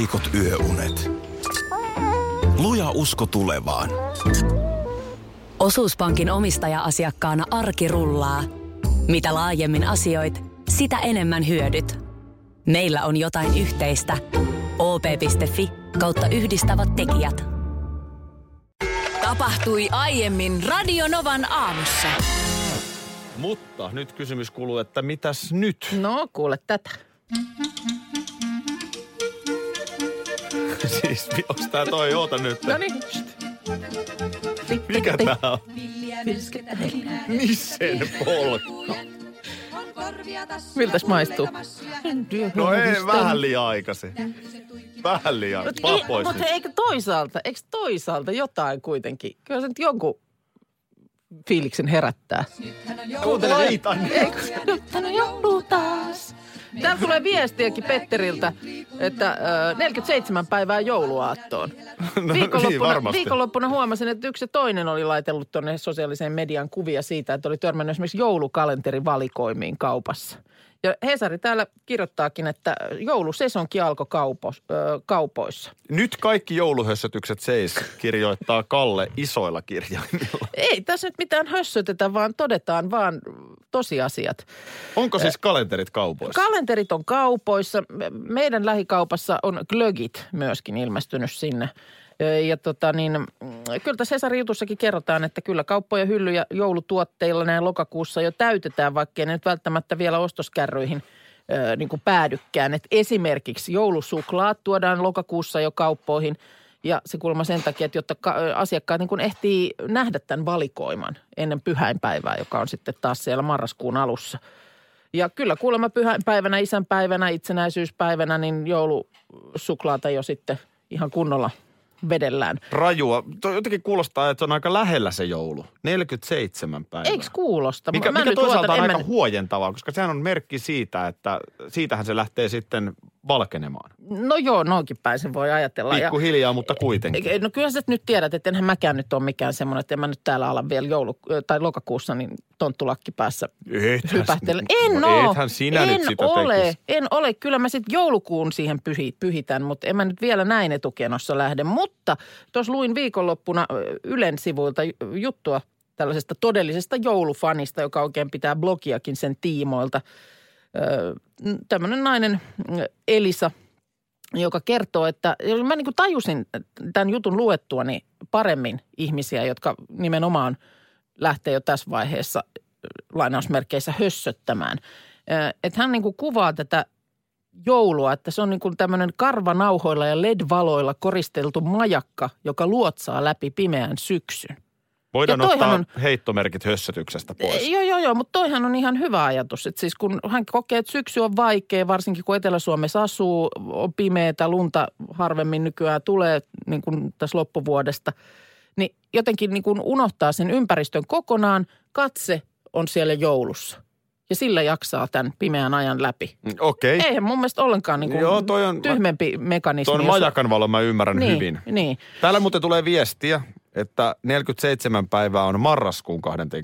heikot yöunet. Luja usko tulevaan. Osuuspankin omistaja-asiakkaana arki rullaa. Mitä laajemmin asioit, sitä enemmän hyödyt. Meillä on jotain yhteistä. op.fi/yhdistävät tekijät. Tapahtui aiemmin Radio Novan aamussa. Mutta nyt kysymys kuuluu, että mitäs nyt? No, kuule tätä. Siis, onks tää toi? Oota nyt. No niin. Mikä tää on? Nissen polkka. Miltäs maistuu? No ei, vähän liian aikaisin. Vähän liian. Mutta eikö toisaalta jotain kuitenkin? Kyllä se nyt jonkun fiiliksen herättää. Laitan. Nythän on joulu taas. Täällä tulee viestiäkin Petteriltä, että 47 päivää jouluaattoon. No, niin varmasti. Viikonloppuna huomasin, että yksi ja toinen oli laitellut tuonne sosiaaliseen median kuvia siitä, että oli törmännyt esimerkiksi joulukalenterivalikoimiin kaupassa. Ja Hesari täällä kirjoittaakin, että joulusesonki alkoi kaupoissa. Nyt kaikki jouluhössötykset seis, kirjoittaa Kalle isoilla kirjaimilla. Ei tässä nyt mitään hössötetä, vaan todetaan vaan tosiasiat. Onko siis kalenterit kaupoissa? Kalenterit on kaupoissa. Meidän lähikaupassa on glögit myöskin ilmestynyt sinne. Ja kyllä tässä Hesarin jutussakin kerrotaan, että kyllä kauppoja hyllyjä joulutuotteilla näin lokakuussa jo täytetään, vaikkei ne nyt välttämättä vielä ostoskärryihin niin kuin päädykään. Et esimerkiksi joulusuklaat tuodaan lokakuussa jo kauppoihin ja se kuulemma sen takia, että jotta asiakkaat niin kuin ehtii nähdä tämän valikoiman ennen pyhäinpäivää, joka on sitten taas siellä marraskuun alussa. Ja kyllä kuulemma pyhäinpäivänä, isänpäivänä, itsenäisyyspäivänä, niin joulusuklaata jo sitten ihan kunnolla vedellään. Rajua. Jotenkin kuulostaa, että on aika lähellä se joulu. 47 päivää. Eikö kuulosta? Mikä toisaalta on aika huojentavaa, koska sehän on merkki siitä, että siitähän se lähtee sitten valkenemaan. No joo, noinkin päin sen voi ajatella. Pikkuhiljaa, mutta kuitenkin. No kyllä sä nyt tiedät, että enhän mäkään nyt ole mikään semmoinen, että en mä nyt täällä ala vielä lokakuussa niin tonttulakki päässä hypähtelen. Ethän sinä nyt sitä tekisi. En ole. Kyllä mä sitten joulukuun siihen pyhitän, mutta en mä nyt vielä näin etukenossa lähde. Mutta tuossa luin viikonloppuna Ylen sivuilta juttua tällaisesta todellisesta joulufanista, joka oikein pitää blogiakin sen tiimoilta. Tämmöinen nainen Elisa, joka kertoo, että mä niin kuin tajusin tämän jutun luettuani paremmin ihmisiä, jotka nimenomaan lähtee jo tässä vaiheessa lainausmerkeissä hössöttämään. Että hän niin kuin kuvaa tätä joulua, että se on niin kuin tämmöinen karvanauhoilla ja LED-valoilla koristeltu majakka, joka luotsaa läpi pimeän syksyn. Voidaan ottaa heittomerkit hössötyksestä pois. Joo, mutta toihan on ihan hyvä ajatus. Että siis kun hän kokee, että syksy on vaikea, varsinkin kun Etelä-Suomessa asuu, on pimeätä, lunta harvemmin nykyään tulee niin kuin tässä loppuvuodesta, niin jotenkin niin kuin unohtaa sen ympäristön kokonaan, katse on siellä joulussa. Ja sillä jaksaa tämän pimeän ajan läpi. Okei. Eihän mun mielestä ollenkaan niin kuin tyhmempi mekanismi. Tuon majakan valon mä ymmärrän hyvin. Niin. Täällä muuten tulee viestiä, että 47 päivää on marraskuun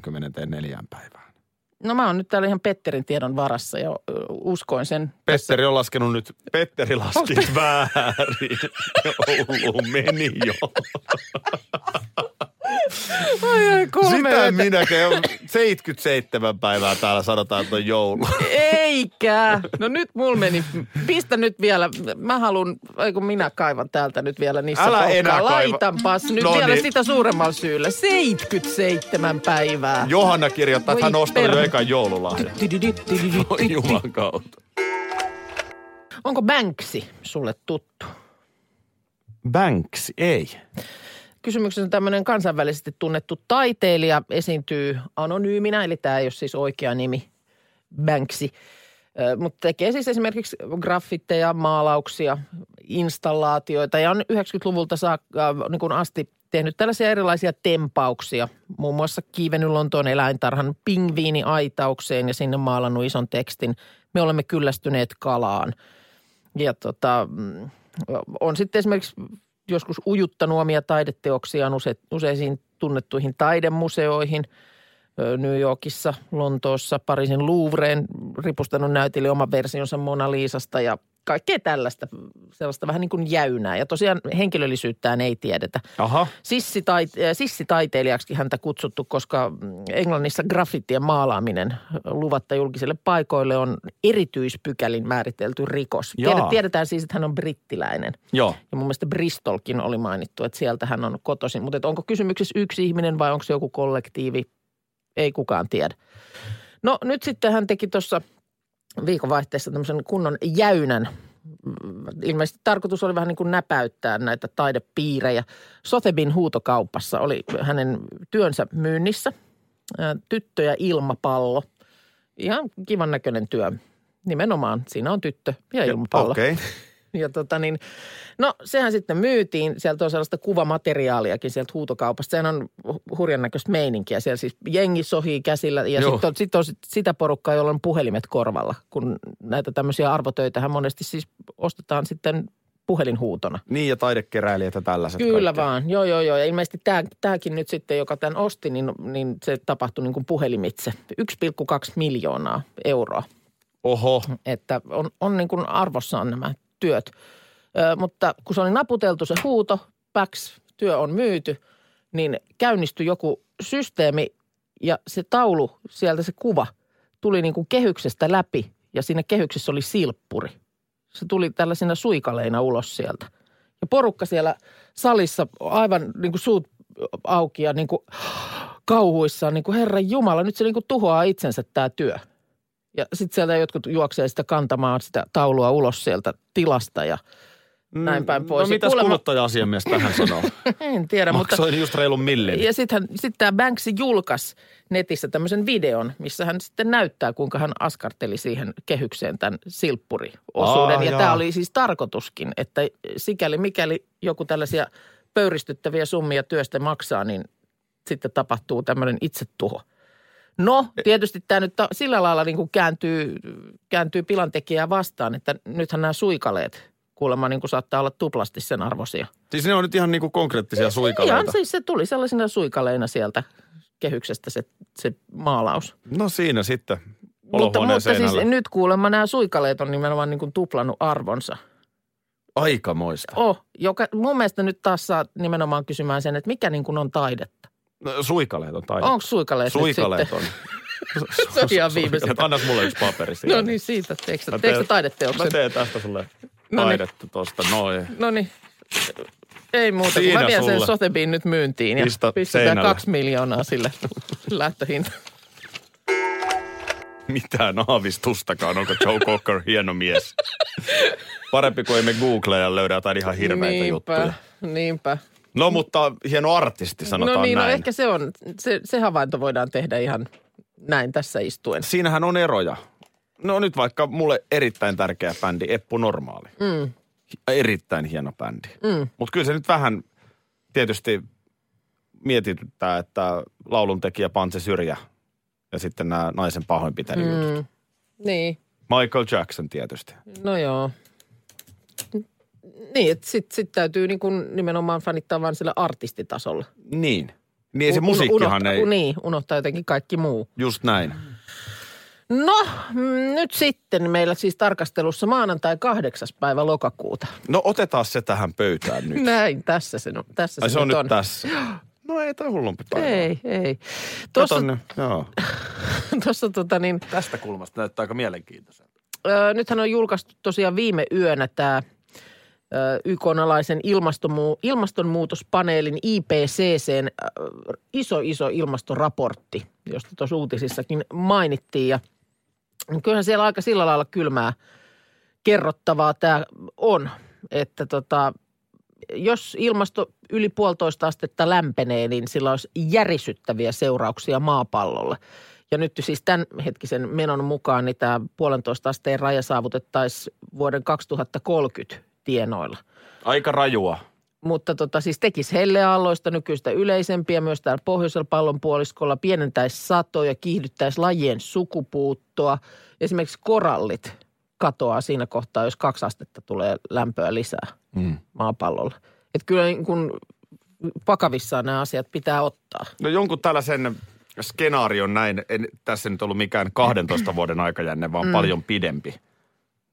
24 päivään. No mä oon nyt täällä ihan Petterin tiedon varassa ja uskoin sen. Petteri on laskenut nyt, Petteri laski väärin. Joulu meni jo. Sitä minäkin on 77 päivää täällä sanotaan, että on joulu. Eikä. No nyt mulla meni. Pistä nyt vielä. Mä haluun, kun minä kaivan täältä nyt vielä niissä älä enää laitanpas nyt vielä sitä suuremmalla syyllä. 77 päivää. Johanna kirjoittaa, että hän ostaa jo ekan joululahjan. Oi Juman kautta. Onko Banksy sulle tuttu? Banksy, ei. Kysymyksessä on tämmöinen kansainvälisesti tunnettu taiteilija, esiintyy anonyyminä, eli tämä ei ole siis oikea nimi, Banksy. Mutta tekee siis esimerkiksi graffitteja, maalauksia, installaatioita ja on 90-luvulta niin kuin asti tehnyt tällaisia erilaisia tempauksia. Muun muassa kiivennyt Lontoon eläintarhan pingviiniaitaukseen ja sinne maalannut ison tekstin. Me olemme kyllästyneet kalaan. Ja on sitten esimerkiksi joskus ujuttanut omia taideteoksiaan useisiin tunnettuihin taidemuseoihin. New Yorkissa, Lontoossa, Pariisin Louvreen ripustanut näytille oman versionsa Mona Lisasta ja kaikkea tällaista, sellaista vähän niin kuin jäynää. Ja tosiaan henkilöllisyyttään ei tiedetä. Aha. Sissitaiteilijaksikin häntä kutsuttu, koska Englannissa graffitien maalaaminen luvatta julkisille paikoille on erityispykälin määritelty rikos. Tiedetään siis, että hän on brittiläinen. Joo. Ja mun mielestä Bristolkin oli mainittu, että sieltä hän on kotoisin. Mutta onko kysymyksessä yksi ihminen vai onko se joku kollektiivi? Ei kukaan tiedä. No nyt sitten hän teki tuossa viikonvaihteessa tämmöisen kunnon jäynän. Ilmeisesti tarkoitus oli vähän niin kuin näpäyttää näitä taidepiirejä. Sotheby'n huutokaupassa oli hänen työnsä myynnissä. Tyttö ja ilmapallo. Ihan kivan näköinen työ. Nimenomaan siinä on tyttö ja ilmapallo. Okei. Ja no sehän sitten myytiin. Sieltä on sellaista kuvamateriaaliakin sieltä huutokaupasta. Sehän on hurjan näköistä meininkiä. Siellä siis jengi sohii käsillä ja sitten on sitä porukkaa, jolla on puhelimet korvalla. Kun näitä tämmöisiä arvotöitähän monesti siis ostetaan sitten puhelinhuutona. Niin ja taidekeräilijät ja tällaiset. Kyllä kaikkea. vaan, joo. Ja ilmeisesti tämäkin nyt sitten, joka tämän osti, niin se tapahtui niin kuin puhelimitse. 1,2 miljoonaa euroa. Oho. Että on niin kuin arvossaan nämä työt. Mutta kun se oli naputeltu se huuto, työ on myyty, niin käynnistyi joku systeemi ja se taulu, sieltä se kuva, tuli niin kuin kehyksestä läpi ja siinä kehyksessä oli silppuri. Se tuli tällaisina suikaleina ulos sieltä. Ja porukka siellä salissa aivan niin kuin suut auki ja niin kuin kauhuissaan, niin kuin Herran Jumala, nyt se niin kuin tuhoaa itsensä tämä työ. Ja sitten sieltä jotkut juoksee sitä kantamaan sitä taulua ulos sieltä tilasta ja näin päin pois. No mitäs kuluttaja-asiamies tähän sanoo? En tiedä, Maksoin just reilun millin. Ja sitten tämä Banksy julkaisi netissä tämmöisen videon, missä hän sitten näyttää, kuinka hän askarteli siihen kehykseen tämän silppuriosuuden. Ja tämä oli siis tarkoituskin, että sikäli mikäli joku tällaisia pöyristyttäviä summia työstä maksaa, niin sitten tapahtuu tämmöinen itsetuho. No, tietysti tämä nyt sillä lailla niin kuin kääntyy pilantekijää vastaan, että nythän nämä suikaleet kuulemma niin kuin saattaa olla tuplasti sen arvoisia. Siis ne on nyt ihan niin kuin konkreettisia suikaleita. Ihan siis se tuli sellaisina suikaleina sieltä kehyksestä se maalaus. No siinä sitten olohuoneen seinällä. Mutta siis nyt kuulemma nämä suikaleet on nimenomaan niin kuin tuplannut arvonsa. Aikamoista. Mun mielestä nyt taas saa nimenomaan kysymään sen, että mikä niin kuin on taidetta. No, suikaleet on taidetta. Onko suikaleet nyt sitten? On. Se on ihan viimeisenä. Annas mulle yksi paperi siitä. No niin, siitä. Teekö taideteoksen? Mä teen tästä sulle taidetta tosta. No niin. Ei muuta, kun mä vien sen Sotheby'n nyt myyntiin ja pistetään 2 miljoonaa sille lähtöhinta. Mitään aavistustakaan, onko Joe Cocker hieno mies. Parempi kuin emme googlea ja löydä jotain ihan hirveitä juttuja. Niinpä. No mutta hieno artisti sanotaan näin. No ehkä se havainto voidaan tehdä ihan näin tässä istuen. Siinähän on eroja. No nyt vaikka mulle erittäin tärkeä bändi, Eppu Normaali. Erittäin hieno bändi. Mutta kyllä se nyt vähän tietysti mietityttää, että lauluntekijä Pantse Syrjä ja sitten nämä naisen pahoinpitelijutut. Niin. Michael Jackson tietysti. No joo. Niin, että sit täytyy niin kuin nimenomaan fanittaa vaan sillä artistitasolla. Niin. Niin se musiikkihan ei... Niin, unohtaa jotenkin kaikki muu. Just näin. No, nyt sitten meillä siis tarkastelussa maanantai 8. päivä lokakuuta. No otetaan se tähän pöytään nyt. Näin, tässä se on. Tässä se on nyt tässä. No ei toi hullumpi päivä. Ei. Tuossa Tästä kulmasta näyttää aika mielenkiintoiselta. Nythän on julkaistu tosiaan viime yönä tämä YK-alaisen ilmastonmuutospaneelin IPCC:n iso ilmastoraportti, josta tuossa uutisissakin mainittiin. Ja kyllähän siellä aika sillä lailla kylmää kerrottavaa tämä on, että jos ilmasto yli 1,5 astetta lämpenee, niin sillä olisi järisyttäviä seurauksia maapallolle. Ja nyt siis tämän hetkisen menon mukaan niin tämä 1,5 asteen raja saavutettaisiin vuoden 2030 tienoilla. Aika rajua. Mutta siis tekisi helleaalloista nykyistä yleisempiä myös täällä pohjoisella pallonpuoliskolla, pienentäisi satoja, kiihdyttäisi lajien sukupuuttoa. Esimerkiksi korallit katoaa siinä kohtaa, jos 2 astetta tulee lämpöä lisää maapallolla. Että kyllä niin kun vakavissaan nämä asiat pitää ottaa. No jonkun tällaisen skenaarion näin, tässä nyt ollut mikään 12 vuoden aikajänne, vaan paljon pidempi.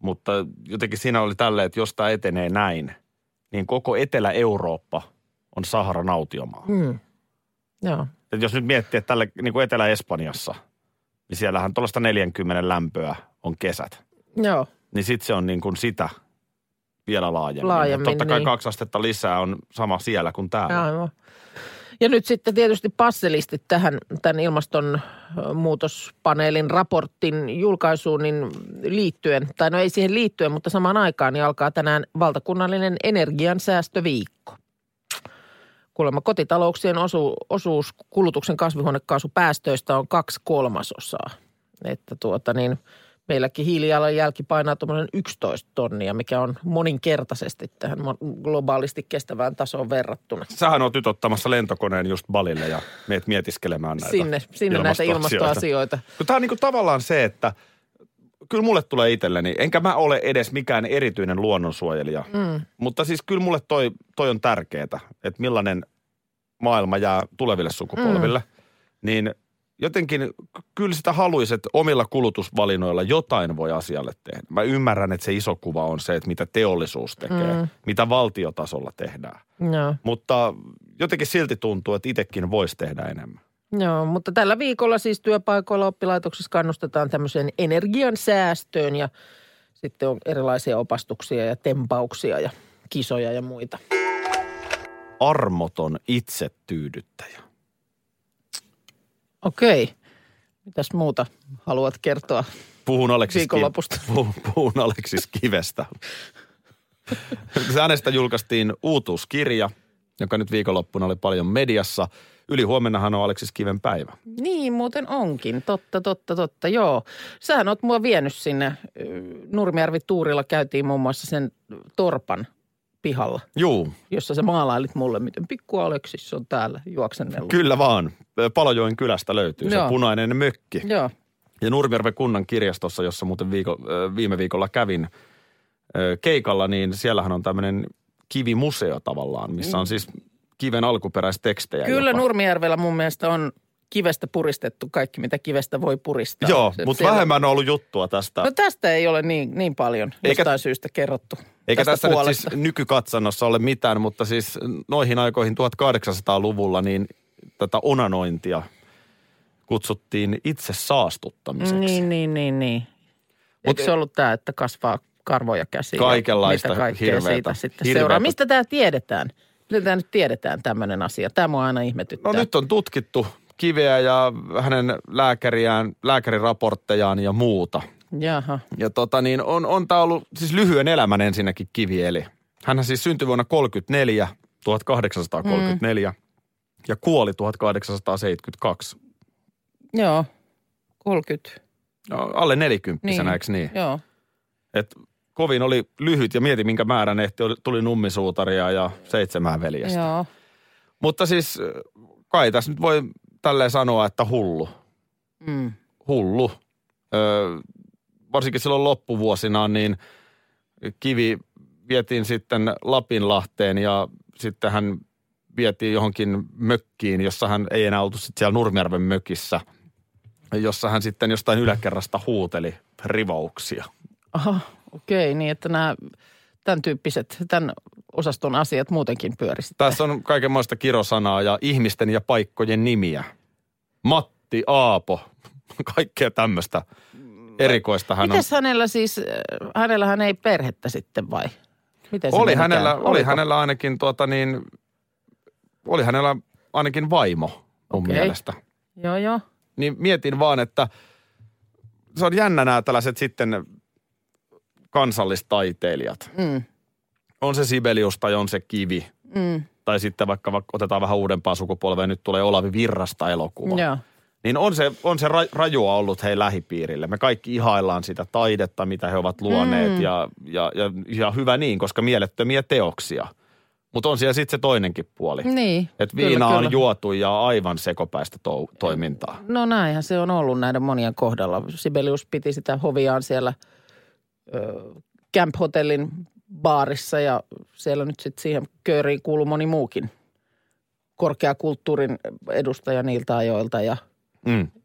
Mutta jotenkin siinä oli tälleen, että jos tämä etenee näin, niin koko Etelä-Eurooppa on Saharan autiomaa. Joo. Et jos nyt miettii, että tällä niin kuin Etelä-Espanjassa, niin siellähän tuollaista 40 lämpöä on kesät. Joo. Niin sitten se on niin kuin sitä vielä laajemmin. Totta kai 2 astetta lisää on sama siellä kuin täällä. Aivan. Ja nyt sitten tietysti passelistit tämän ilmastonmuutospaneelin raportin julkaisuun niin liittyen, tai no ei siihen liittyen, mutta samaan aikaan niin alkaa tänään valtakunnallinen energiansäästöviikko. Kuulemma kotitalouksien osuus kulutuksen kasvihuonekaasupäästöistä on 2/3. Että meilläkin hiilijalanjälki painaa tuommoinen 11 tonnia, mikä on moninkertaisesti tähän globaalisti kestävään tasoon verrattuna. Sähän oot nyt ottamassa lentokoneen just Balille ja meet mietiskelemään näitä Sinne näitä ilmastoasioita. Tämä on niin kuin tavallaan se, että kyllä mulle tulee itselleni, enkä mä ole edes mikään erityinen luonnonsuojelija, mutta siis kyllä mulle toi on tärkeää, että millainen maailma jää tuleville sukupolville, niin jotenkin kyllä sitä haluaisi, että omilla kulutusvalinnoilla jotain voi asialle tehdä. Mä ymmärrän, että se iso kuva on se, että mitä teollisuus tekee, mitä valtiotasolla tehdään. No. Mutta jotenkin silti tuntuu, että itsekin voisi tehdä enemmän. Joo, mutta tällä viikolla siis työpaikoilla oppilaitoksissa kannustetaan tämmöiseen energian säästöön ja sitten on erilaisia opastuksia ja tempauksia ja kisoja ja muita. Armoton itsetyydyttäjä. Okei. Mitäs muuta haluat kertoa viikonlopusta? Puhun Aleksis Kivestä. Hänestä julkaistiin uutuuskirja, joka nyt viikonloppuna oli paljon mediassa. Ylihuomennahan on Aleksis Kiven päivä. Niin, muuten onkin. Totta, joo. Sähän oot mua vienyt sinne. Nurmijärvi-tuurilla käytiin muun muassa sen torpan pihalla. Juu. Jossa sä maalailit mulle, miten pikku Aleksis on täällä juoksennellut. Kyllä vaan. Palojoen kylästä löytyy se punainen mökki. Joo. Ja Nurmijärven kunnan kirjastossa, jossa muuten viime viikolla kävin keikalla, niin siellähän on tämmöinen kivimuseo tavallaan, missä on siis kiven alkuperäistekstejä. Kyllä jopa. Nurmijärvellä mun mielestä on kivestä puristettu kaikki, mitä kivestä voi puristaa. Joo, mutta vähemmän on ollut juttua tästä. No tästä ei ole niin paljon jostain syystä kerrottu. Eikä tässä nyt siis nykykatsannossa ole mitään, mutta siis noihin aikoihin 1800-luvulla niin tätä onanointia kutsuttiin itse saastuttamiseksi. Niin. Eikö se ollut tämä, että kasvaa karvoja käsiä? Kaikenlaista mitä kaikkea hirveätä. Siitä sitten seuraa. Mistä tämä tiedetään? Miten tämä nyt tiedetään tämmöinen asia? Tämä mua aina ihmetyttää. No nyt on tutkittu Kiveä ja hänen lääkäriraporttejaan ja muuta. Jaha. Ja on tämä ollut siis lyhyen elämän ensinnäkin Kivieli. Hänhän siis syntyi vuonna 1834 ja kuoli 1872. Joo, 30. No, alle 40, eikö niin? Joo. Et kovin oli lyhyt ja mieti minkä määrän ehti, tuli nummisuutaria ja 7 veljestä. Joo. Mutta siis kai tässä nyt voi tälleen sanoa, että hullu. Hullu. Varsinkin silloin loppuvuosina, niin Kivi vietiin sitten Lapinlahteen ja sitten hän vietiin johonkin mökkiin, jossa hän ei enää oltu sitten siellä Nurmijärven mökissä, jossa hän sitten jostain yläkerrasta huuteli rivauksia. Aha, okei, niin että nämä tämän tyyppiset, tämän osaston asiat muutenkin pyörisivät. Tässä on kaikenmoista kirosanaa ja ihmisten ja paikkojen nimiä. Matti, Aapo, kaikkea tämmöistä erikoista hän on. Mites hänellähän ei perhettä sitten vai? Miten se oli hänellä ainakin oli hänellä ainakin vaimo mun mielestä. Joo. Niin mietin vaan, että se on jännä nämä tällaiset sitten kansallistaiteilijat. On se Sibelius tai on se Kivi. Tai sitten vaikka otetaan vähän uudempaa sukupolvea, nyt tulee Olavi Virrasta elokuva. Joo. Niin on se rajua ollut hei lähipiirille. Me kaikki ihaillaan sitä taidetta, mitä he ovat luoneet ja hyvä niin, koska mielettömiä teoksia. Mutta on siellä sitten se toinenkin puoli. Niin. Että viina on juotu ja aivan sekopäistä toimintaa. No näinhän se on ollut näiden monien kohdalla. Sibelius piti sitä hoviaan siellä Camp Hotellin baarissa ja siellä nyt sitten siihen kööriin kuului moni muukin korkeakulttuurin edustaja niiltä ajoilta ja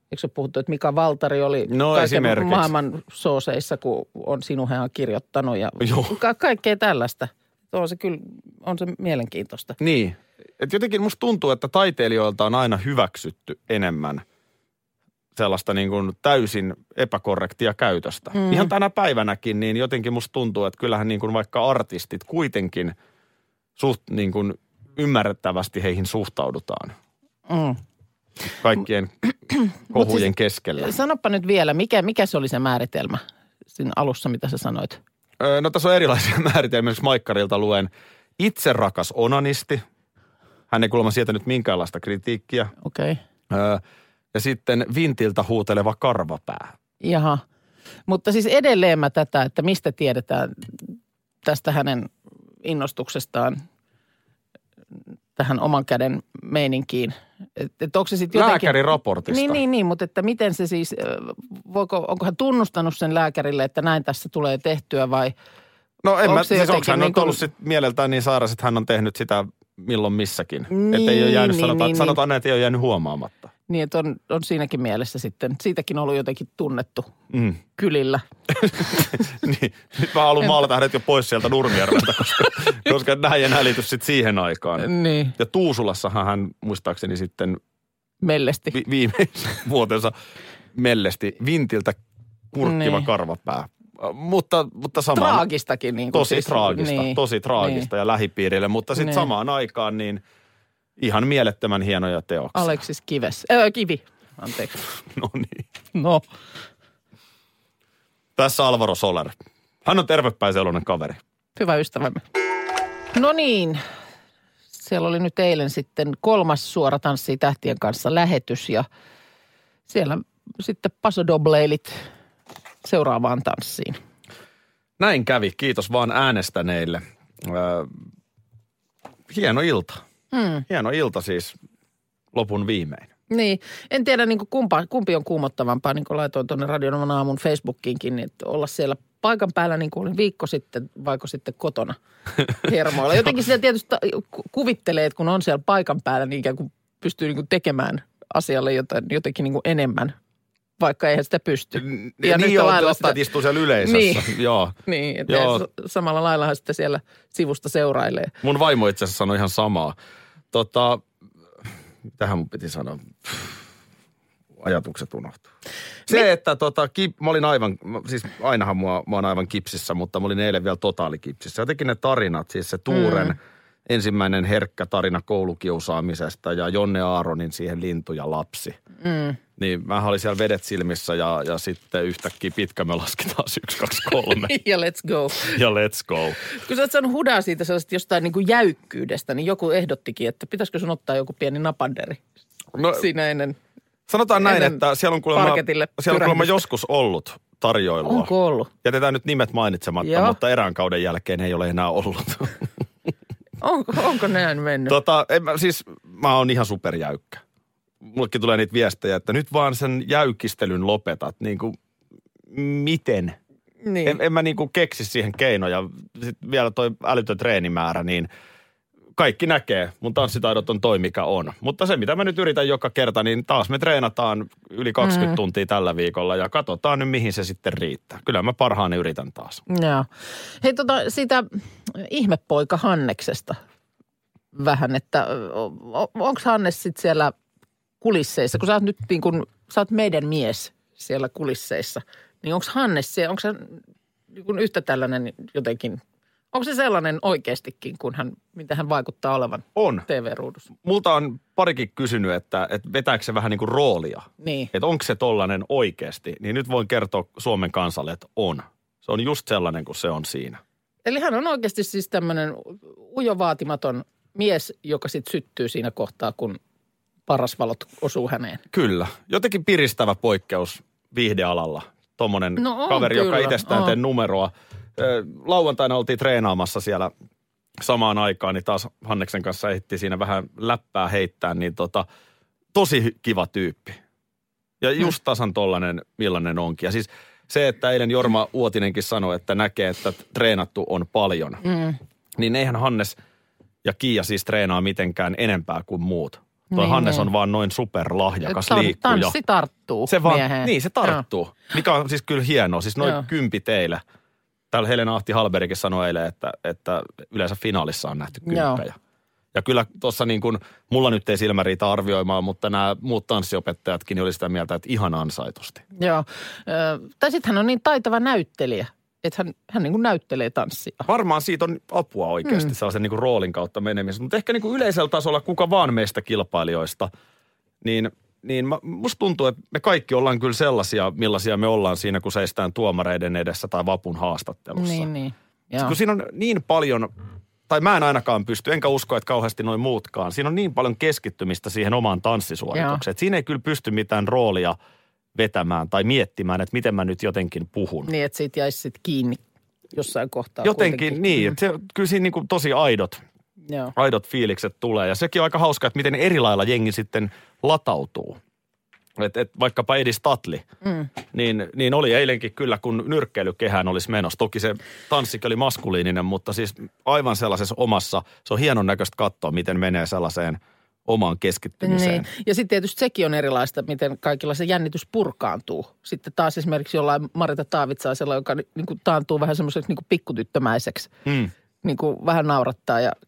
Eikö se puhuttu, että Mika Valtari oli kaiken maailman sooseissa, kun on Sinuhehan kirjoittanut ja kaikkea tällaista. On se mielenkiintoista. Niin. Et jotenkin musta tuntuu, että taiteilijoilta on aina hyväksytty enemmän sellaista niin kuin täysin epäkorrektia käytöstä. Ihan tänä päivänäkin, niin jotenkin musta tuntuu, että kyllähän niin kuin vaikka artistit kuitenkin suht niin kuin ymmärrettävästi heihin suhtaudutaan. Kaikkien kohujen keskellä. Sanoppa nyt vielä, mikä se oli se määritelmä siinä alussa, mitä sä sanoit? No tässä on erilaisia määritelmiä. Esimerkiksi Maikkarilta luen itse rakas onanisti. Hän ei kuulemma sietänyt minkäänlaista kritiikkiä. Okei. Ja sitten vintiltä huuteleva karvapää. Jaha. Mutta siis edelleen mä tätä, että mistä tiedetään tästä hänen innostuksestaan tähän oman käden meininkiin. Että onko se sitten jotenkin... Lääkärin raportista. Niin, mutta että miten se siis, onko hän tunnustanut sen lääkärille, että näin tässä tulee tehtyä vai... No en mä, siis onko hän ollut sitten mieleltään niin sairas, että hän on tehnyt sitä milloin missäkin. Niin, että ei ole jäänyt, sanotaan, että ei ole jäänyt huomaamatta. Niin, että on siinäkin mielessä sitten, siitäkin ollut jotenkin tunnettu kylillä. Niin, nyt mä haluan maalata hänet jo pois sieltä Nurmijärveltä, koska näin älitys sitten siihen aikaan. Niin. Ja Tuusulassahan hän muistaakseni sitten... Mellesti. Viimeisen vuotensa mellesti vintiltä kurkkiva karvapää. Mutta samaan... Traagistakin. Niin kuin tosi traagista ja lähipiirille, mutta sitten samaan aikaan niin ihan mielettömän hienoja teoksia. Aleksis Kivi, anteeksi. No niin. No. Tässä Alvaro Soler. Hän on tervepäiseloinen kaveri. Hyvä ystävämme. No niin. Siellä oli nyt eilen sitten 3. Suora tanssii tähtien kanssa lähetys ja siellä sitten pasodobleilit seuraavaan tanssiin. Näin kävi. Kiitos vaan äänestäneille. Hieno ilta. Hieno ilta siis lopun viimein. Niin. En tiedä niin kuin kumpi on kuumottavampaa, niin kuin laitoin tuonne Radio Novan aamun Facebookiinkin, niin että olla siellä paikan päällä niin kuin viikko sitten, vaiko sitten kotona hermoilla. Jotenkin sitä tietysti kuvittelee, että kun on siellä paikan päällä, niin ikään kuin pystyy niin kuin tekemään asialle jotenkin niin kuin enemmän. Vaikka eihän sitä pysty. Ja niin on, ottaa istuu siellä yleisössä. Niin, joo. Niin että samalla laillahan sitten siellä sivusta seurailee. Mun vaimo itse asiassa sanoi ihan samaa. Tähän mun piti sanoa. Ajatukset unohtuu. Se, että mä olin siis ainahan mä oon aivan kipsissä, mutta mä olin eilen vielä totaalikipsissä. Jotenkin ne tarinat, siis se Tuuren ensimmäinen herkkä tarina koulukiusaamisesta ja Jonne Aaronin siihen lintu ja lapsi. Niin mä olin siellä vedet silmissä ja sitten yhtäkkiä pitkä me lasketaan 1, 2, 3. Ja let's go. Ja let's go. Kun sä oot saanut hudaa siitä sellaista jostain niin kuin jäykkyydestä, niin joku ehdottikin, että pitäisikö sun ottaa joku pieni napanderi siinä ennen. Sanotaan näin, että siellä on kuulemma joskus ollut tarjoilua. Onko ollut? Jätetään nyt nimet mainitsematta, mutta erään kauden jälkeen ei ole enää ollut. Onko näin mennyt? Mä oon ihan superjäykkä. Mullekin tulee niitä viestejä, että nyt vaan sen jäykistelyn lopetat. Niin kuin, miten? Niin. En mä niin kuin keksi siihen keinoja. Sitten vielä toi älytön treenimäärä, niin kaikki näkee. Mun tanssitaidot on toi, mikä on. Mutta se, mitä mä nyt yritän joka kerta, niin taas me treenataan yli 20 tuntia tällä viikolla ja katsotaan nyt, mihin se sitten riittää. Kyllä mä parhaani yritän taas. Joo. Hei siitä ihmepoika Hanneksesta vähän, että onko Hannes sitten siellä kulisseissa, kun sä oot nyt niin kun, sä oot meidän mies siellä kulisseissa, niin onko Hannes siellä, onko se niin yhtä tällainen jotenkin, onko se sellainen oikeastikin, mitä hän vaikuttaa olevan TV-ruudussa? Multa on parikin kysynyt, että vetääkö se vähän niin kuin roolia. Niin. Että onko se tollainen oikeasti, niin nyt voin kertoa Suomen kansalle, että on. Se on just sellainen kuin se on siinä. Eli hän on oikeasti siis tämmöinen ujovaatimaton mies, joka sitten syttyy siinä kohtaa, kun parasvalot osuu häneen. Kyllä. Jotenkin piristävä poikkeus viihdealalla. Tommonen kaveri, kyllä, joka itsestään tee numeroa. Lauantaina oltiin treenaamassa siellä samaan aikaan, niin taas Hanneksen kanssa ehdittiin siinä vähän läppää heittää, niin tosi kiva tyyppi. Ja just tasan tollainen, millainen onkin. Ja siis se, että eilen Jorma Uotinenkin sanoi, että näkee, että treenattu on paljon. Niin eihän Hannes ja Kiia siis treenaa mitenkään enempää kuin muut. Toi Hannes on vaan noin superlahjakas liikkuja. Tanssi tarttuu se vaan, mieheen. niin, se tarttuu. Joo. Mikä on siis kyllä hienoa. Siis noin 10 teillä. Täällä Helena Ahti Hallbergkin sanoi eilen, että yleensä finaalissa on nähty 10. Ja kyllä tuossa niin kuin, mulla nyt ei silmä riitä arvioimaan, mutta nämä muut tanssiopettajatkin niin oli sitä mieltä, että ihan ansaitusti. Joo. Tai sitten hän on niin taitava näyttelijä, että hän niin kuin näyttelee tanssia. Varmaan siitä on apua oikeasti sellaisen niin kuin roolin kautta menemisessä. Mutta ehkä niin kuin yleisellä tasolla kuka vaan meistä kilpailijoista, niin musta tuntuu, että me kaikki ollaan kyllä sellaisia, millaisia me ollaan siinä, kun seistään tuomareiden edessä tai vapun haastattelussa. Niin. Kun siinä on niin paljon, tai mä en ainakaan pysty, enkä usko, että kauheasti noin muutkaan. Siinä on niin paljon keskittymistä siihen omaan tanssisuoritukseen, että siinä ei kyllä pysty mitään roolia vetämään tai miettimään, että miten mä nyt jotenkin puhun. Niin, että siitä jäisi sitten kiinni jossain kohtaa. Jotenkin kuitenkin. niin, että kyllä siinä niin kuin tosi aidot fiilikset tulee. Ja sekin on aika hauska, että miten eri lailla jengi sitten latautuu. Et vaikkapa Edi Statli, niin oli eilenkin kyllä, kun nyrkkeilykehään olisi menossa. Toki se tanssikin oli maskuliininen, mutta siis aivan sellaisessa omassa, se on hienon näköistä katsoa, miten menee sellaiseen omaan keskittymiseen. Niin. Ja sitten tietysti sekin on erilaista, miten kaikilla se jännitys purkaantuu. Sitten taas esimerkiksi jollain Marita Taavitsaisella, joka niin kuin taantuu vähän semmoiseksi niin kuin pikkutyttömäiseksi. Niin kuin vähän naurattaa ja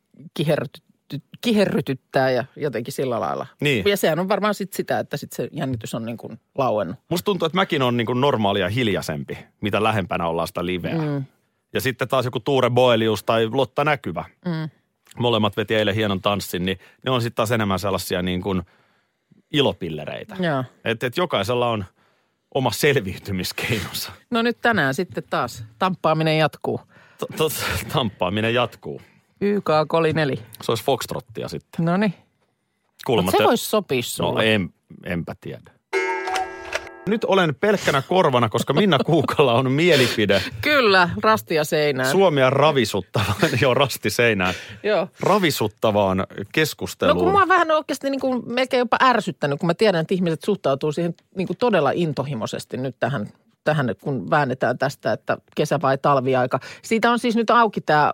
kiherrytyttää ja jotenkin sillä lailla. Niin. Ja sehän on varmaan sitten sitä, että sitten se jännitys on niin kuin lauennut. Musta tuntuu, että mäkin on niin kuin normaalia hiljaisempi, mitä lähempänä ollaan sitä liveä. Ja sitten taas joku Tuure Boelius tai Lotta Näkyvä. Molemmat veti eilen hienon tanssin, niin ne on sitten taas enemmän sellaisia niin kuin ilopillereitä. Että jokaisella on oma selviytymiskeinonsa. No nyt tänään sitten taas tamppaaminen jatkuu. Tamppaaminen jatkuu. YK Koli 4. Se olisi foxtrottia sitten. Noniin. Se voisi sopia sulle. No enpä tiedä. Nyt olen pelkkänä korvana, koska Minna Kuukalla on mielipide. Kyllä, rastia seinään. Suomea ravisuttavaan, rasti seinään. Joo. Ravisuttavaan keskusteluun. No kun mä oon vähän oikeasti niin kuin melkein jopa ärsyttänyt, kun mä tiedän, että ihmiset suhtautuu siihen niin kuin todella intohimoisesti nyt tähän, kun väännetään tästä, että kesä vai talviaika. Siitä on siis nyt auki tämä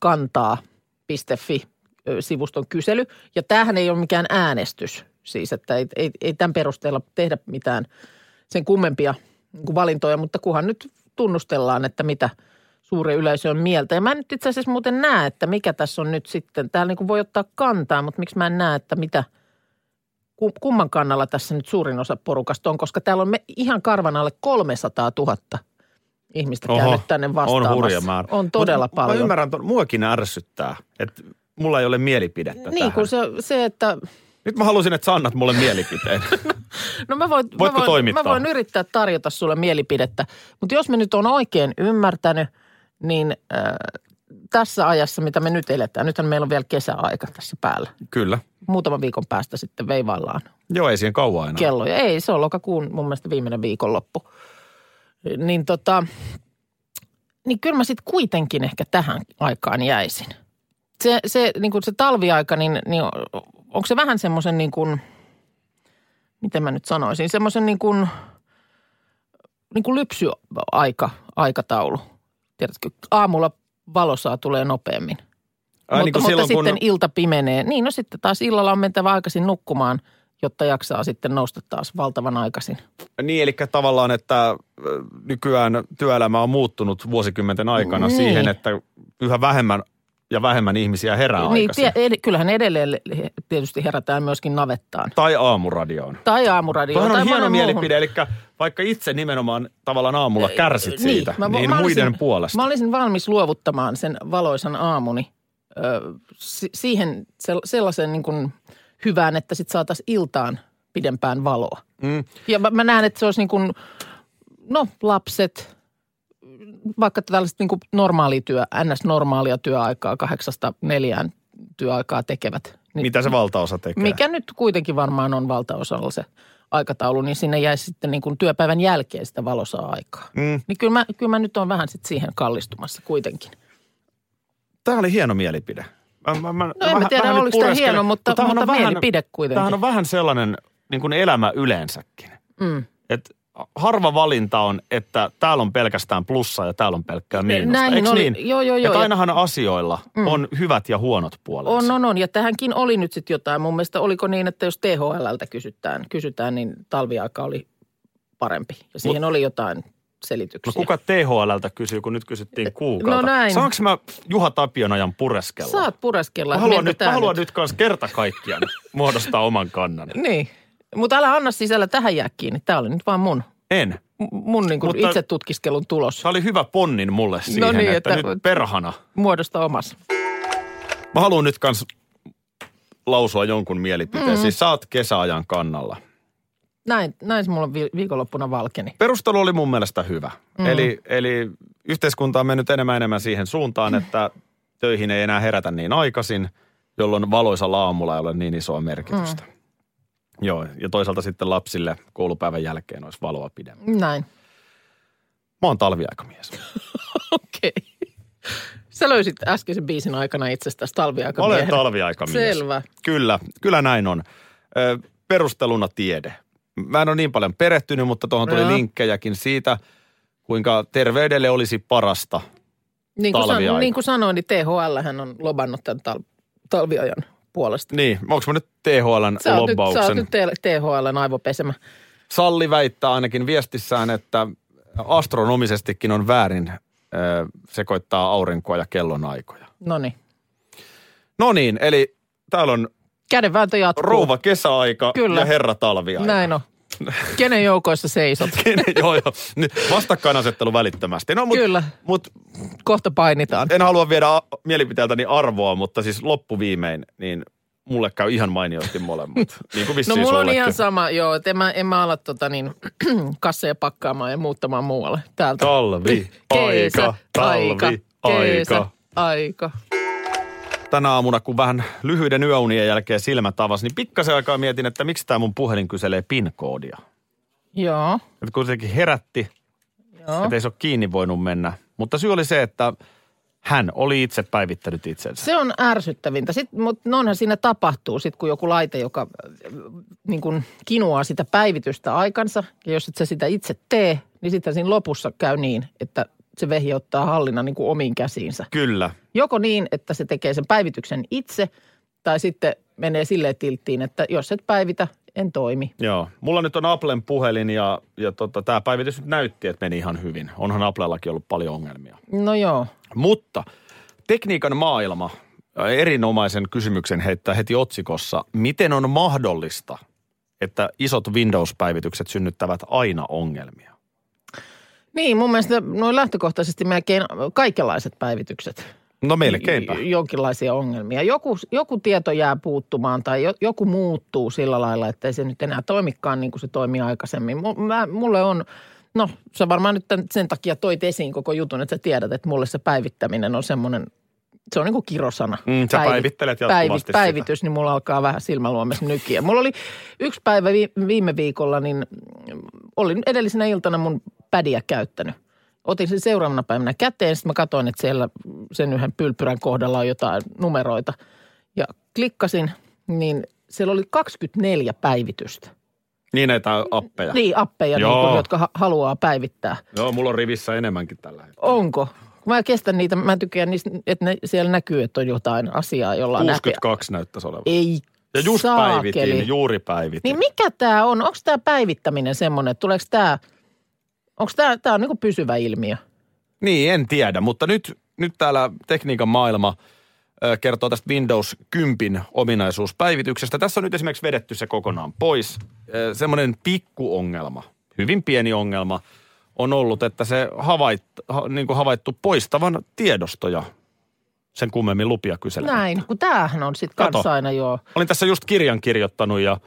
otakantaa.fi-sivuston kysely. Ja tämähän ei ole mikään äänestys siis, että ei tämän perusteella tehdä mitään sen kummempia niin kuin valintoja, mutta kunhan nyt tunnustellaan, että mitä suuri yleisö on mieltä. Ja mä en nyt itse asiassa muuten näe, että mikä tässä on nyt sitten. Täällä niin kuin voi ottaa kantaa, mutta miksi mä en näe, että kumman kannalla tässä nyt suurin osa porukasta on, koska täällä on ihan karvan alle 300 000 ihmistä käynyt tänne vastaamassa. On hurja määrä. On todella paljon. Mä ymmärrän, muakin ärsyttää, että mulla ei ole mielipidettä niin, kun se, että... Nyt mä haluaisin, että sä annat mulle mielipiteen. No mä voin yrittää tarjota sulle mielipidettä, mutta jos mä nyt on oikein ymmärtänyt, niin tässä ajassa, mitä me nyt eletään, nythän meillä on vielä kesäaika tässä päällä. Kyllä. Muutaman viikon päästä sitten veivaillaan. Joo, ei siihen kauan enää. Kelloja. Ei, se on lokakuun mun mielestä viimeinen viikonloppu. Niin kyllä mä sitten kuitenkin ehkä tähän aikaan jäisin. Se niin kuin se talviaika, niin onko se vähän semmoisen niin kuin, miten mä nyt sanoisin, semmoisen niin kuin lypsyaikataulu. Tiedätkö, aamulla valosaa tulee nopeammin. Mutta sitten ilta pimenee. Niin, no sitten taas illalla on mentävä aikaisin nukkumaan, jotta jaksaa sitten nousta taas valtavan aikaisin. Niin, eli tavallaan, että nykyään työelämä on muuttunut vuosikymmenten aikana siihen, että yhä vähemmän ja vähemmän ihmisiä herää aikaisin. Niin, kyllähän edelleen tietysti herätään myöskin navettaan. Tai aamuradioon. Tuohan on hieno mielipide, eli vaikka itse nimenomaan tavallaan aamulla kärsit siitä, niin muiden puolesta. Mä olisin valmis luovuttamaan sen valoisan aamuni siihen sellaisen niin kuin hyvään, että sitten saataisiin iltaan pidempään valoa. Ja mä näen, että se olisi niin kuin, lapset, vaikka tällaiset niin kuin normaalia työaikaa, 8-4 työaikaa tekevät. Niin, mitä se valtaosa tekee? Mikä nyt kuitenkin varmaan on valtaosalla se aikataulu, niin sinne jäisi sitten niin kuin työpäivän jälkeen sitä valosaa aikaa. Niin kyllä mä nyt on vähän sitten siihen kallistumassa kuitenkin. Tämä oli hieno mielipide. En mä tiedä, oliko tämä hieno, mutta mielipide kuitenkin. Tämähän on vähän sellainen niin kuin elämä yleensäkin. Että harva valinta on, että täällä on pelkästään plussa ja täällä on pelkkää miinusta. Näihin Eikö oli, niin? Joo. Että ainahan asioilla on hyvät ja huonot puolensa. On. Ja tähänkin oli nyt sitten jotain. Mun mielestä oliko niin, että jos THL:ltä kysytään, niin talviaika oli parempi. Ja siihen oli jotain selityksiä. No kuka THL:ltä kysyy, kun nyt kysyttiin kuukalta? No näin. Saanko mä Juha Tapionajan pureskella? Saat pureskella. Mä haluan nyt kanssa kerta kaikkiaan muodostaa oman kannan. Niin. Mutta älä anna sisällä tähän jää kiinni. Tämä oli nyt vaan mun niin kuin itse tutkiskelun tulos. Tämä oli hyvä ponnin mulle siihen, että nyt perhana. Muodosta omas. Mä haluan nyt kans lausua jonkun mielipiteen. Siis sä oot kesäajan kannalla. Näin se mulla viikonloppuna valkeni. Perustelu oli mun mielestä hyvä. Eli yhteiskunta on mennyt enemmän siihen suuntaan, että töihin ei enää herätä niin aikaisin, jolloin valoisalla aamulla ei ole niin isoa merkitystä. Joo, ja toisaalta sitten lapsille koulupäivän jälkeen olisi valoa pidemmän. Näin. Mä oon talviaikamies. Okei. Sä löysit äskeisen biisin aikana itsestäsi talviaikamiehen. Olen talviaikamies. Selvä. Kyllä näin on. Perusteluna tiede. Mä en ole niin paljon perehtynyt, mutta tuohon tuli linkkejäkin siitä, kuinka terveydelle olisi parasta talviaika. Niin kuin sanoin, niin THL:hän on lobannut tämän talviajan puolesta. Niin, onko mä nyt THL:n lobbauksen? Sä oot nyt THL:n aivopesemä. Salli väittää ainakin viestissään, että astronomisestikin on väärin sekoittaa aurinkoa ja kellonaikoja. No niin, eli täällä on kädenvääntö jatkuu. Rouva kesäaika Kyllä. Ja herra talviaika. Näin on. Kenen joukoissa seisot? Joo. Nyt vastakkainasettelu välittömästi. No, Kyllä. Kohta painitaan. En halua viedä mielipiteeltäni arvoa, mutta siis loppuviimein, niin mulle käy ihan mainiosti molemmat. Niin kuin vissiin no mulla on sullekin. ihan sama, joo. Että en mä ala kasseja pakkaamaan ja muuttamaan muualle täältä. Aika. Tänä aamuna, kun vähän lyhyiden yöunien jälkeen silmät avasi, niin pikkasen aikaa mietin, että miksi tämä mun puhelin kyselee PIN-koodia. Joo. Että kuitenkin herätti, että ei se ole kiinni voinut mennä. Mutta syy oli se, että hän oli itse päivittänyt itsensä. Se on ärsyttävintä. Mutta onhan siinä tapahtuu sitten, kun joku laite, joka niin kun kinuaa sitä päivitystä aikansa. Ja jos et sä sitä itse tee, niin sitten siinä lopussa käy niin, että se vehje ottaa hallinnan niin kuin omiin käsiinsä. Kyllä. Joko niin, että se tekee sen päivityksen itse, tai sitten menee silleen tilttiin, että jos et päivitä, en toimi. Joo. Mulla nyt on Applen puhelin ja tämä päivitys nyt näytti, että meni ihan hyvin. Onhan Applellakin ollut paljon ongelmia. No joo. Mutta tekniikan maailma erinomaisen kysymyksen heittää heti otsikossa. Miten on mahdollista, että isot Windows-päivitykset synnyttävät aina ongelmia? Niin, mun mielestä noin lähtökohtaisesti melkein kaikenlaiset päivitykset. No melkeinpä. Jonkinlaisia ongelmia. Joku tieto jää puuttumaan tai joku muuttuu sillä lailla, että ei se nyt enää toimikaan niin kuin se toimi aikaisemmin. Mulle on, no sä varmaan nyt sen takia toit esiin koko jutun, että sä tiedät, että mulle se päivittäminen on semmoinen, se on niin kuin kirosana. Sä päivittelet jatkuvasti päivitys, sitä. niin mulla alkaa vähän silmäluomessa nykiä. Mulla oli yksi päivä viime viikolla, niin olin edellisenä iltana mun pädiä käyttänyt. Otin sen seuraavana päivänä käteen, sitten mä katsoin, että siellä sen yhden pylpyrän kohdalla on jotain numeroita. Ja klikkasin, niin siellä oli 24 päivitystä. Niin näitä appeja. Niin, appeja, niin kuin, jotka haluaa päivittää. Joo, mulla on rivissä enemmänkin tällä hetkellä. Onko? Mä kestän niitä, mä tykkään niistä, että siellä näkyy, että on jotain asiaa, jolla 62 näyttäisi olevan. Ei ja just saakeli. päivitin, juuri päivitin. Niin mikä tää on? Onko tää päivittäminen semmoinen, että tuleeko tää, onko tää on niinku pysyvä ilmiö? Niin, en tiedä, mutta nyt täällä tekniikan maailma kertoo tästä Windows 10 ominaisuuspäivityksestä. Tässä on nyt esimerkiksi vedetty se kokonaan pois. Semmoinen pikkuongelma, hyvin pieni ongelma on ollut, että se havaittu poistavan tiedostoja sen kummemmin lupia kyselemättä. Näin, kun tämähän on sitten kanssa aina joo. Olin tässä just kirjan kirjoittanut ja...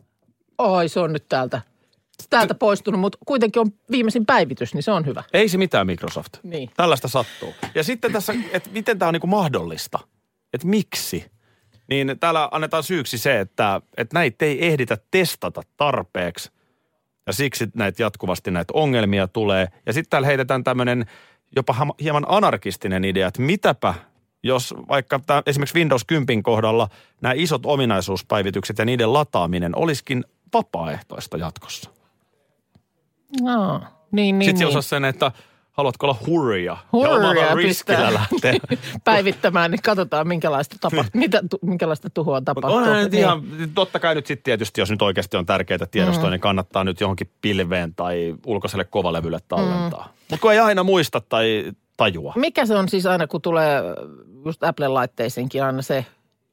Oi, se on nyt täältä poistunut, mutta kuitenkin on viimeisin päivitys, niin se on hyvä. Ei se mitään Microsoft. Niin. Tällaista sattuu. Ja sitten tässä, että miten tämä on niinku mahdollista, että miksi? Niin täällä annetaan syyksi se, että näitä ei ehditä testata tarpeeksi ja siksi jatkuvasti näitä ongelmia tulee. Ja sitten täällä heitetään tämmöinen jopa hieman anarkistinen idea, että mitäpä jos vaikka esimerkiksi Windows 10 kohdalla nämä isot ominaisuuspäivitykset ja niiden lataaminen olisikin vapaaehtoista jatkossa. No, niin. Sitten siellä olisi sen, että haluatko olla hurja ja omalla riskillä lähteä. Päivittämään, niin katsotaan minkälaista tuhoa tapahtuu. Onhan nyt ihan, totta kai nyt sitten tietysti, jos nyt oikeasti on tärkeää tiedostoa, niin kannattaa nyt johonkin pilveen tai ulkoiselle kovalevylle tallentaa. Mutta kun ei aina muista tai tajua. Mikä se on siis aina, kun tulee just Apple-laitteisiinkin aina se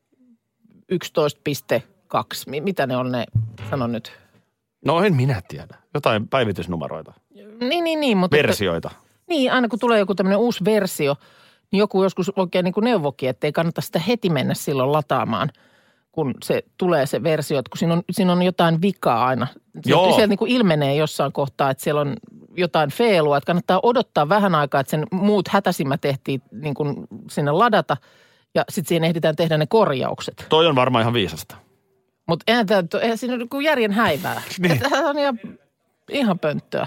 11.2? Mitä ne on ne, sano nyt. No en minä tiedä. Jotain päivitysnumeroita. Niin. Mutta versioita. Niin, aina kun tulee joku tämmöinen uusi versio, niin joku joskus oikein niin kuin neuvokin, että ei kannata sitä heti mennä silloin lataamaan, kun se tulee se versio. Että kun siinä on jotain vikaa aina. Sieltä niin kuin ilmenee jossain kohtaa, että siellä on jotain feilua, että kannattaa odottaa vähän aikaa, että sen muut hätäisimmät ehtii niin kuin sinne ladata ja sitten siinä ehditään tehdä ne korjaukset. Toi on varmaan ihan viisasta. Mutta eihän siinä ole kuin järjen häivää. Niin. Tämä on ihan pönttöä.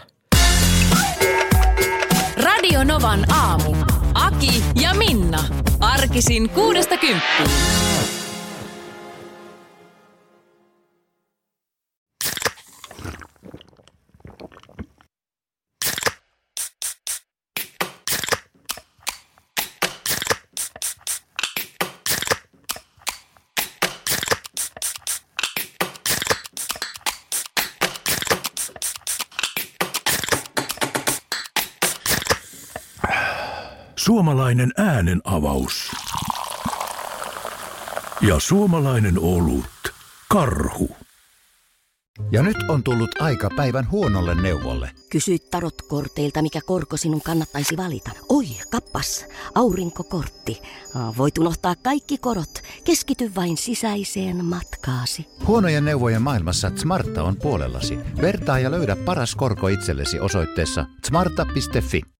Radio Novan aamu. Aki ja Minna. Arkisin 6–10. Suomalainen äänen avaus. Ja suomalainen olut. Karhu. Ja nyt on tullut aika päivän huonolle neuvolle. Kysy tarotkorteilta, mikä korko sinun kannattaisi valita. Oi, kappas, aurinkokortti. Voit unohtaa kaikki korot. Keskity vain sisäiseen matkaasi. Huonojen neuvojen maailmassa Smarta on puolellasi. Vertaa ja löydä paras korko itsellesi osoitteessa smarta.fi.